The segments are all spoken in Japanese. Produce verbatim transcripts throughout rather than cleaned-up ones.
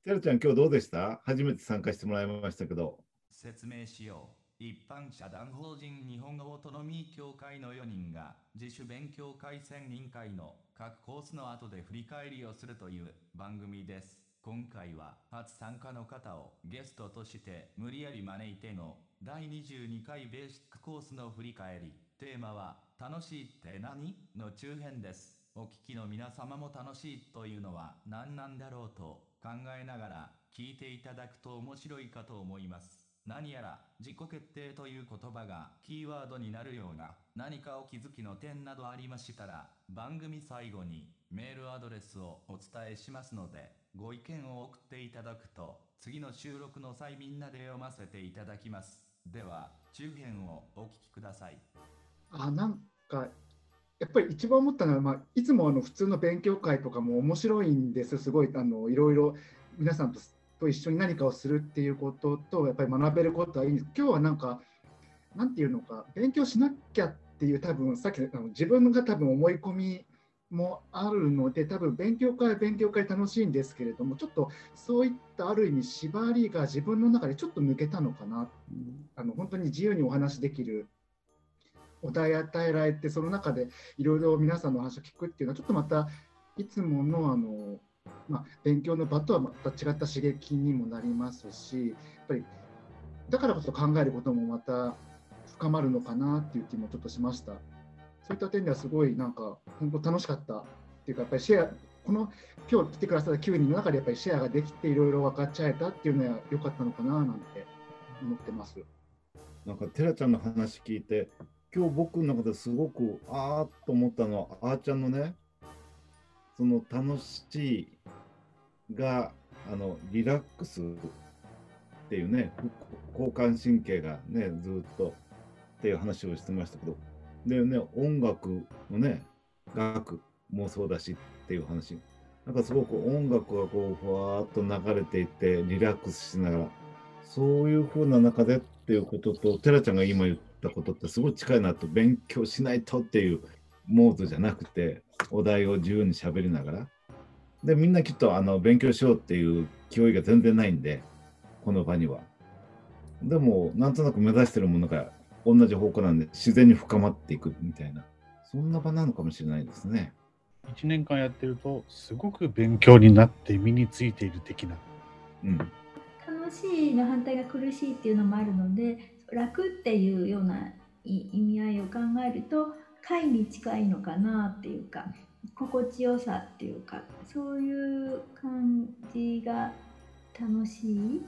てるちゃん、今日どうでした？初めて参加してもらいましたけど。 説明しよう。一般社団法人日本語オートノミー協会のよにんが自主勉強会専任会の各コースの後で振り返りをするという番組です。今回は初参加の方をゲストとして無理やり招いてのだいにじゅうにかいベーシックコースの振り返り。テーマは楽しいって何？の中編です。お聞きの皆様も楽しいというのは何なんだろうと考えながら聞いていただくと面白いかと思います。何やら自己決定という言葉がキーワードになるような何かお気づきの点などありましたら、番組最後にメールアドレスをお伝えしますので、ご意見を送っていただくと次の収録の際みんなで読ませていただきます。では中編をお聞きください。 あ、なんかやっぱり一番思ったのは、まあ、いつもあの普通の勉強会とかも面白いんです。すごいあのいろいろ皆さんとと一緒に何かをするっていうこととやっぱり学べることはいいんです。今日はなんかなんていうのか、勉強しなきゃっていう多分さっきあの自分が多分思い込みもあるので、多分勉強会は勉強会楽しいんですけれども、ちょっとそういったある意味縛りが自分の中でちょっと抜けたのかな。あの本当に自由にお話できる、お題与えられて、その中でいろいろ皆さんの話を聞くっていうのはちょっとまたいつものあの、まあ、勉強の場とはまた違った刺激にもなりますし、やっぱりだからこそ考えることもまた深まるのかなっていう気もちょっとしました。そういった点ではすごいなんか本当楽しかったっていうか、やっぱりシェア、この今日来てくださったきゅうにんの中でやっぱりシェアができていろいろ分かっちゃえたっていうのは良かったのかななんて思ってます。 なんかてらちゃんの話聞いて、今日僕の中ですごくあーっと思ったのは、あーちゃんのね、その楽しいがあのリラックスっていうね、交感神経がねずっとっていう話をしてましたけど、でね、音楽のね、楽もそうだしっていう話、なんかすごく音楽がこうふわーっと流れていってリラックスしながら、そういう風な中でっていうことと、テラちゃんが今言ったことってすごい近いなと。勉強しないとっていうモードじゃなくて、お題を自由に喋りながら、でみんなきっとあの勉強しようっていう気負いが全然ないんで、この場には。でもなんとなく目指してるものが同じ方向なんで、自然に深まっていくみたいな、そんな場なのかもしれないですね。 いちねんかんやってるとすごく勉強になって身についている的な、 うん、 楽しいの反対が苦しいっていうのもあるので、楽っていうような意味合いを考えると快に近いのかなっていうか、心地よさっていうか、そういう感じが楽しい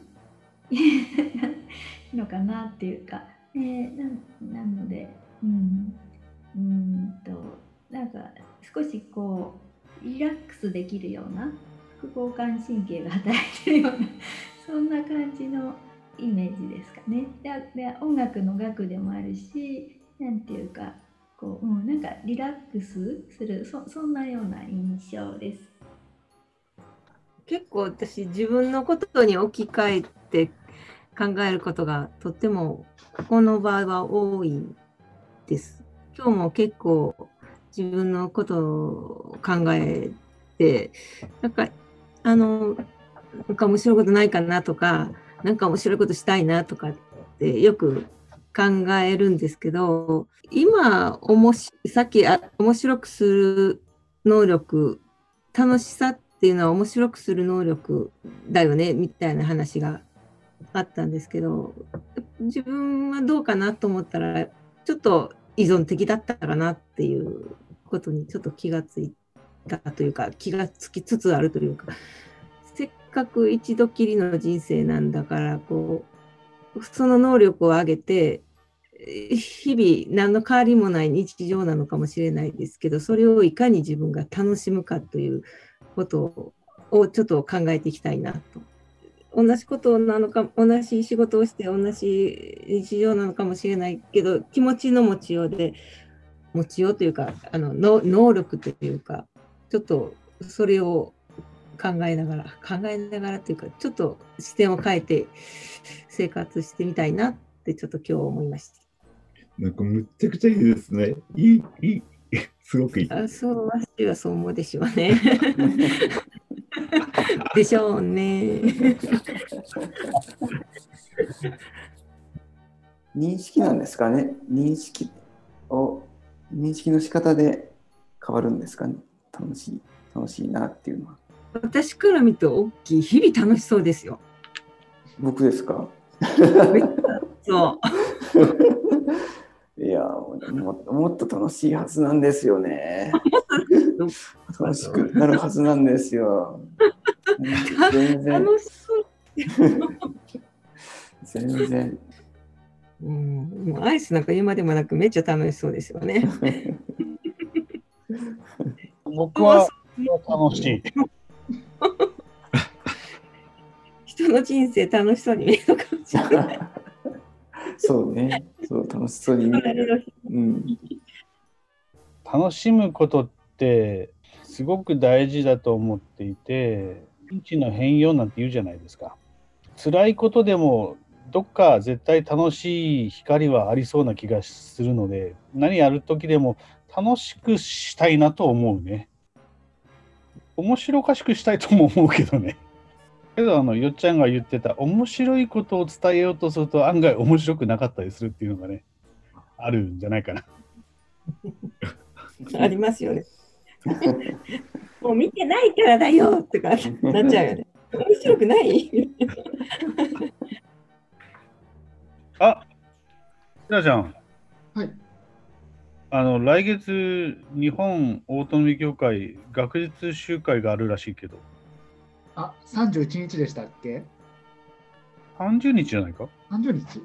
のかなっていうか、えー、な, なのでうんうんとなんか少しこうリラックスできるような、副交感神経が働いてるようなそんな感じのイメージですかね。でで音楽の楽でもあるし、なんていうかこう、うん、なんかリラックスする そ, そんなような印象です。 結構私自分のことに置き換えて考えることがとってもこの場合は多いです。今日も結構自分のことを考えて、なんかあのなんか面白いことないかなとか、なんか面白いことしたいなとかってよく考えるんですけど、今おもしさっきあ面白くする能力、楽しさっていうのは面白くする能力だよねみたいな話があったんですけど、自分はどうかなと思ったらちょっと依存的だったかなっていうことにちょっと気がついたというか、気がつきつつあるというか、せっかく一度きりの人生なんだから、こうその能力を上げて日々何の変わりもない日常なのかもしれないですけど、それをいかに自分が楽しむかということをちょっと考えていきたいなと。同じことなのか、同じ仕事をして同じ日常なのかもしれないけど、気持ちの持ちようで、持ちようというか、あのの能力というか、ちょっとそれを考えながら、考えながらというか、ちょっと視点を変えて生活してみたいなってちょっと今日思いました。 なんかむちゃくちゃいいですね。いい、いい、すごくいい。 あ、そう、私はそう思うでしょうね。 でしょうね。 認識なんですかね。認識を、認識の仕方で変わるんですかね。楽しい、楽しいなっていうのは。 私から見ると大きい、日々楽しそうですよ。 僕ですか？ そう。 いやも、もっと楽しいはずなんですよね。楽しくなるはずなんですよ。全然。 楽しそう。 全然。 うん、もうアイスなんか言うまでもなくめっちゃ楽しそうですよね。 僕は楽しい。 人の人生楽しそうに見えるのかもしれない。 そうね。そう楽しそうに見える。うん、 楽しむことってすごく大事だと思っていて、ピンチの変容なんて言うじゃないですか。辛いことでもどっか絶対楽しい光はありそうな気がするので、何やる時でも楽しくしたいなと思うね。面白おかしくしたいとも思うけどね。けどあのよっちゃんが言ってた面白いことを伝えようとすると案外面白くなかったりするっていうのがね、あるんじゃないかな。 ありますよね。もう見てないからだよってかなっちゃうよね。面白くないあ、ひなちゃん。 はい。 あの来月日本オートノミー協会学術集会があるらしいけど。 あ、さんじゅういちにちでしたっけ？ さんじゅうにちじゃないか？ さんじゅうにち。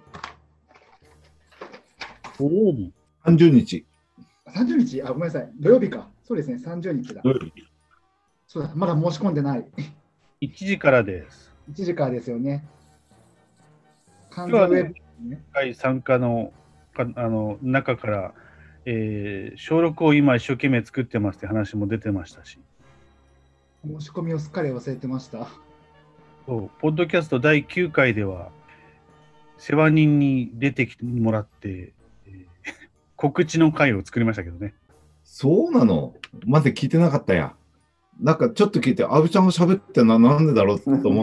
土曜日。 さんじゅうにち。 さんじゅうにち、あ、ごめんなさい。土曜日か。そうですね、さんじゅうにちだ。 土曜日。 そうだ、まだ申し込んでない。 いちじからです。 いちじからですよね。完今日はね、 全ウェブね。 会参加のかあの中から、えー、小ろくを今一生懸命作ってますって話も出てましたし。 申し込みをすっかり忘れてました。 そう、ポッドキャストだいきゅうかいでは世話人に出てきてもらって、えー、告知の会を作りましたけどね。 そうなの？まだ聞いてなかったや。なんかちょっと聞いて、阿部ちゃんが喋ってな、なんでだろうと思った。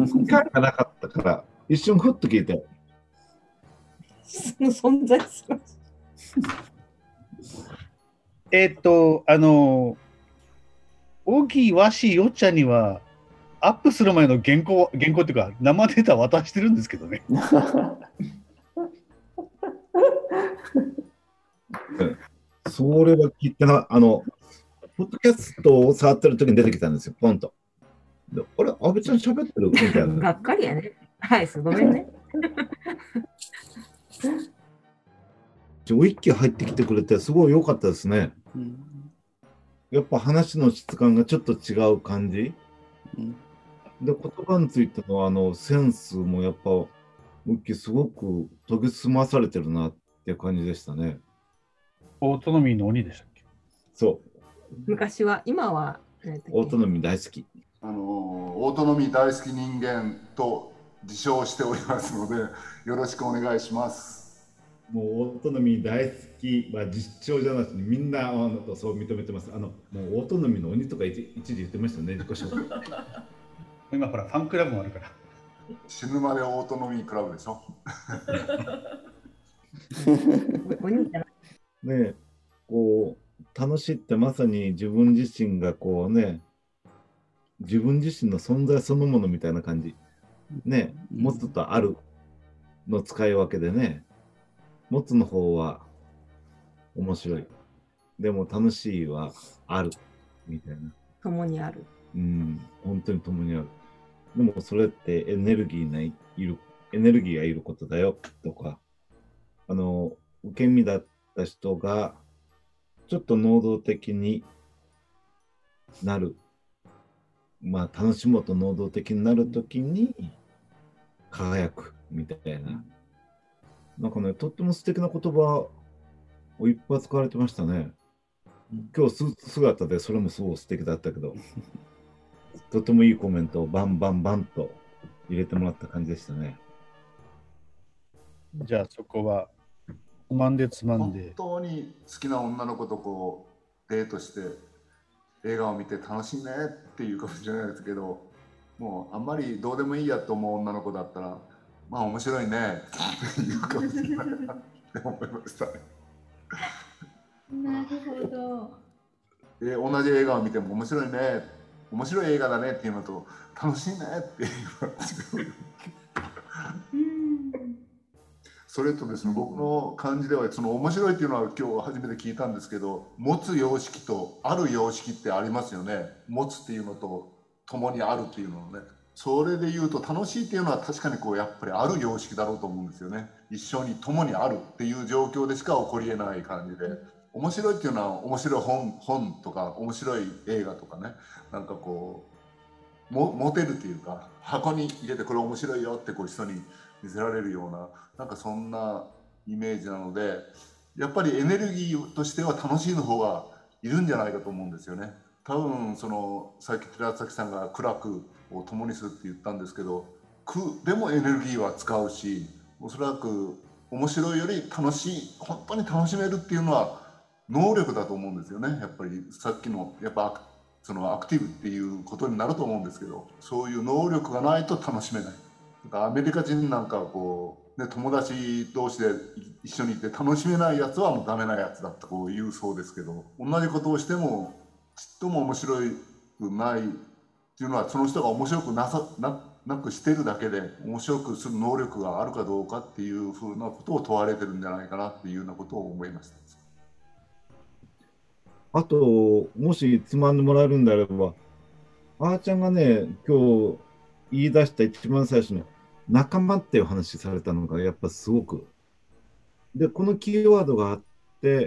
機会がなかったから、一瞬ふっと聞いて。 その存在する。 えーっと、あの、大きい和紙よっちゃんには、アップする前の原稿、原稿っていうか、生データ渡してるんですけどね。 それは聞いてな、あの、ポッドキャストを触ってる時に出てきたんですよ、ポンと。で、あれ、阿部ちゃん喋ってるみたいな。 がっかりやね。はい、ごめんね。 一気入ってきてくれて、すごい良かったですね。 うん、 やっぱ話の質感がちょっと違う感じ。うん、で、言葉についてのあのセンスもやっぱ、ウッキーすごく研ぎ澄まされてるなっていう感じでしたね。 オートノミーの鬼でしたっけ？ そう。 昔は、今は、 オートノミー大好き。 あのオートノミー大好き人間と自称しておりますので、よろしくお願いします。 もうオートノミー大好きは実証じゃなくて、みんなあのそう認めてます。あのもうオートノミーの鬼とか一一時言ってましたね、自己紹介。 今ほら、ファンクラブもあるから。 死ぬまでオートノミークラブでしょ。 ねえ、こう楽しいってまさに自分自身がこうね、自分自身の存在そのものみたいな感じ。ね、持つとあるの使い分けでね、持つの方は面白い。でも楽しいはあるみたいな。 共にある。 うん、本当に共にある。でもそれってエネルギーないいる、エネルギーがいることだよとか、あの、受け身だった人がちょっと能動的になる。まあ楽しもうと能動的になるときに輝くみたいな。なんかね、とっても素敵な言葉をいっぱい使われてましたね。今日スーツ姿でそれもすごい素敵だったけど、とてもいいコメントをバンバンバンと入れてもらった感じでしたね。 じゃあそこはつまんでつまんで。 本当に好きな女の子とこうデートして映画を見て楽しいねっていうかもしれないですけど、もうあんまりどうでもいいやと思う女の子だったら、まあ面白いねっていうかもしれないなって思いましたね。 なるほど。 で同じ映画を見ても面白いね、面白い映画だねっていうのと楽しいねっていうのそれとですね、僕の感じではその面白いっていうのは今日初めて聞いたんですけど、持つ様式とある様式ってありますよね。持つっていうのと共にあるっていうのね。それで言うと楽しいっていうのは確かにこうやっぱりある様式だろうと思うんですよね。一緒に共にあるっていう状況でしか起こりえない感じで、面白いっていうのは面白い 本, 本とか面白い映画とかね、なんかこうも持てるっていうか、箱に入れてこれ面白いよってこう人に見せられるような、なんかそんなイメージなので、やっぱりエネルギーとしては楽しいの方がいるんじゃないかと思うんですよね。多分そのさっき寺崎さんが苦楽を共にするって言ったんですけど、苦でもエネルギーは使うし、おそらく面白いより楽しい、本当に楽しめるっていうのは能力だと思うんですよね。やっぱりさっきのやっぱそのアクティブっていうことになると思うんですけど、そういう能力がないと楽しめない。アメリカ人なんかはこう、ね、友達同士で一緒にいて楽しめないやつはもうダメなやつだとこう言うそうですけど、同じことをしてもちっとも面白くないっていうのは、その人が面白くなさ な, なくしてるだけで、面白くする能力があるかどうかっていうふうなことを問われてるんじゃないかなっていうようなことを思いました。 あと、もしつまんでもらえるんであれば、あーちゃんがね、今日言い出した一番最初の仲間っていう話されたのがやっぱすごく。で、このキーワードがあって、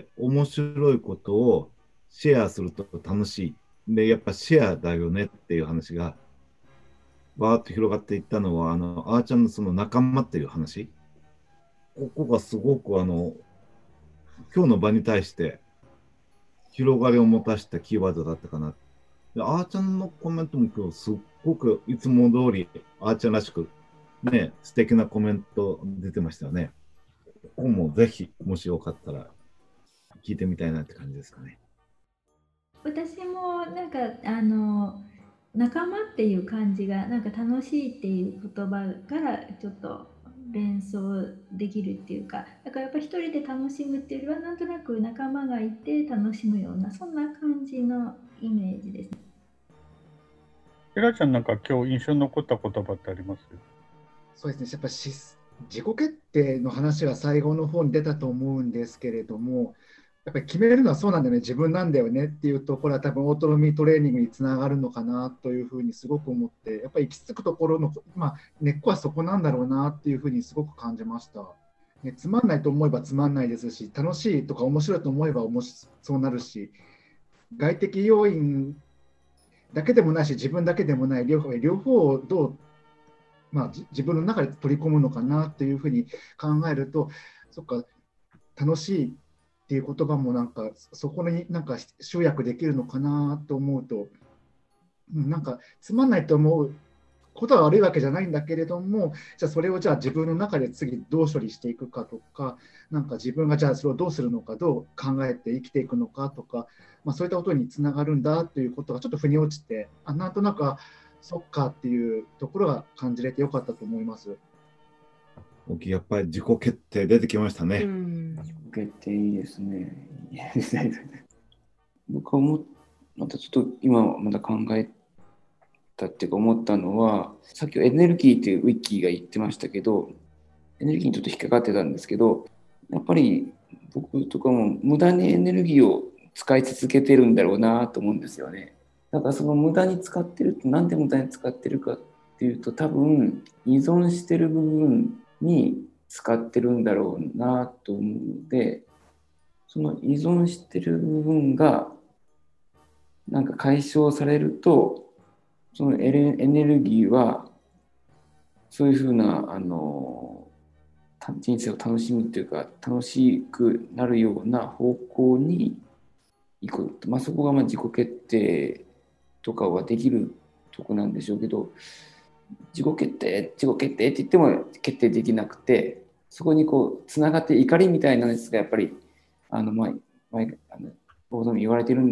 面白いことをシェアすると楽しい。で、やっぱシェアだよねっていう話が、バーッと広がっていったのは、あの、あーちゃんのその仲間っていう話。ここがすごくあの、今日の場に対して広がりを持たせたキーワードだったかな。で、あーちゃんのコメントも今日すっごくいつも通りあーちゃんらしくね、素敵なコメント出てましたよね。ここもぜひもしよかったら聞いてみたいなって感じですかね。 私もなんかあの仲間っていう感じがなんか楽しいっていう言葉からちょっと連想できるっていうか、だからやっぱ一人で楽しむっていうよりはなんとなく仲間がいて楽しむような、そんな感じのイメージです。 エラちゃん、なんか今日印象に残った言葉ってあります？ そうですね、やっぱし自己決定の話が最後の方に出たと思うんですけれども、やっぱり決めるのはそうなんだよね、自分なんだよねっていうところは多分オートノミートレーニングにつながるのかなというふうにすごく思って、やっぱり行き着くところの、まあ、根っこはそこなんだろうなっていうふうにすごく感じました。ね、つまんないと思えばつまんないですし、楽しいとか面白いと思えば面白そうなるし、外的要因だけでもないし自分だけでもない両方、両方をどう、まあ、自分の中で取り込むのかなっていうふうに考えると、そっか、楽しいっていう言葉もなんかそこになんか集約できるのかなと思うと、なんかつまんないと思うことは悪いわけじゃないんだけれども、じゃあそれをじゃあ自分の中で次どう処理していくかとか、なんか自分がじゃあそれをどうするのか、どう考えて生きていくのかとか、まあ、そういったことにつながるんだということがちょっと腑に落ちて、あ、なんとなくそっかっていうところが感じれてよかったと思います。 やっぱり自己決定出てきましたね。 自己決定いいですね。いいですね。僕はもまたちょっと今まだ考えたっていうか思ったのは、さっきエネルギーっていうウィッキーが言ってましたけど、エネルギーにちょっと引っかかってたんですけど、やっぱり僕とかも無駄にエネルギーを使い続けてるんだろうなと思うんですよね。だからその無駄に使ってると、なんで無駄に使ってるかっていうと、多分依存してる部分に使ってるんだろうなと思うので、その依存してる部分がなんか解消されると、そのエネルギーはそういうふうなあの人生を楽しむというか楽しくなるような方向に行く、まあ、そこがまあ自己決定とかはできるとこなんでしょうけど、自己決定自己決定って言っても決定できなくて、そこにこうつながって怒りみたいなやつがやっぱりあの前前あの冒頭に言われてる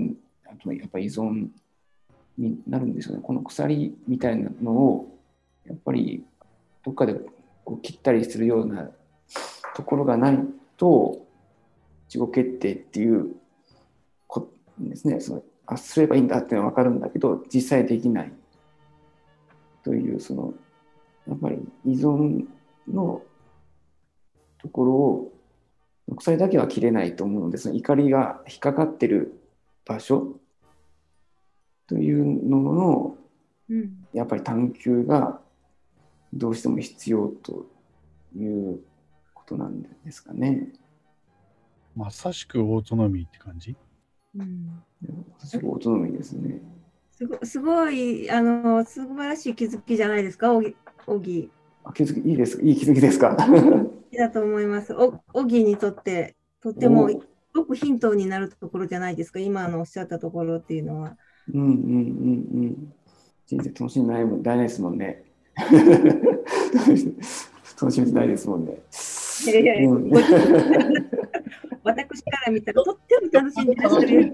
あとやっぱり依存になるんですよね。この鎖みたいなのをやっぱりどっかでこう切ったりするようなところがないと自己決定っていうこですね、そのあすればいいんだっていうのは分かるんだけど実際できないという、そのやっぱり依存のところを鎖だけは切れないと思うので、その怒りが引っかかってる場所というのの、うん、やっぱり探求がどうしても必要ということなんですかね。 まさしくオートノミーって感じ、 うん、まさしくオートノミーですね。 すごすごいあの素晴らしい気づきじゃないですか、オギ。オギあ、気づきいいです、いい気づきですか。 いいだと思います。おオギにとってとってもすごくヒントになるところじゃないですか、今のおっしゃったところっていうのは。 うんうんうんうん。人生楽しみないもん、ないですもんね。楽しみないですもんね。 いやいやいや、うん、私から見たらとっても楽しんでらっしゃる。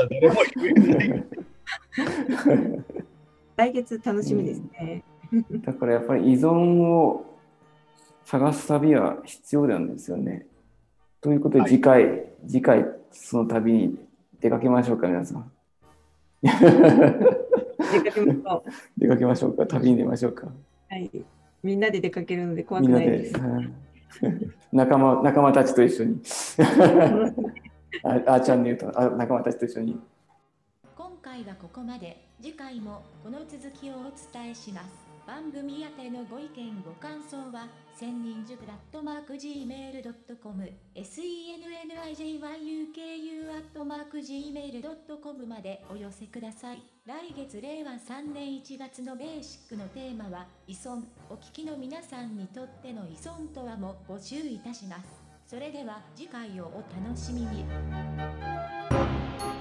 来月楽しみですね。 うん、だからやっぱり依存を探す旅は必要なんですよね。ということで次回、はい、次回その旅に出かけましょうか、皆さん。 出かけましょう。 出かけましょうか。旅に出ましょうか。 はい。みんなで出かけるので怖くないです。 仲間仲間たちと一緒に。ああーちゃんで言うとあ仲間たちと一緒に。 今回はここまで。次回もこの続きをお伝えします。番組宛てのご意見ご感想は千人塾アットマーク ジーメールドットコム センニジュアットマーク ジーメールドットコム までお寄せください。来月れいわさんねんいちがつのベーシックのテーマは依存。お聞きの皆さんにとっての依存とはも募集いたします。それでは次回をお楽しみに。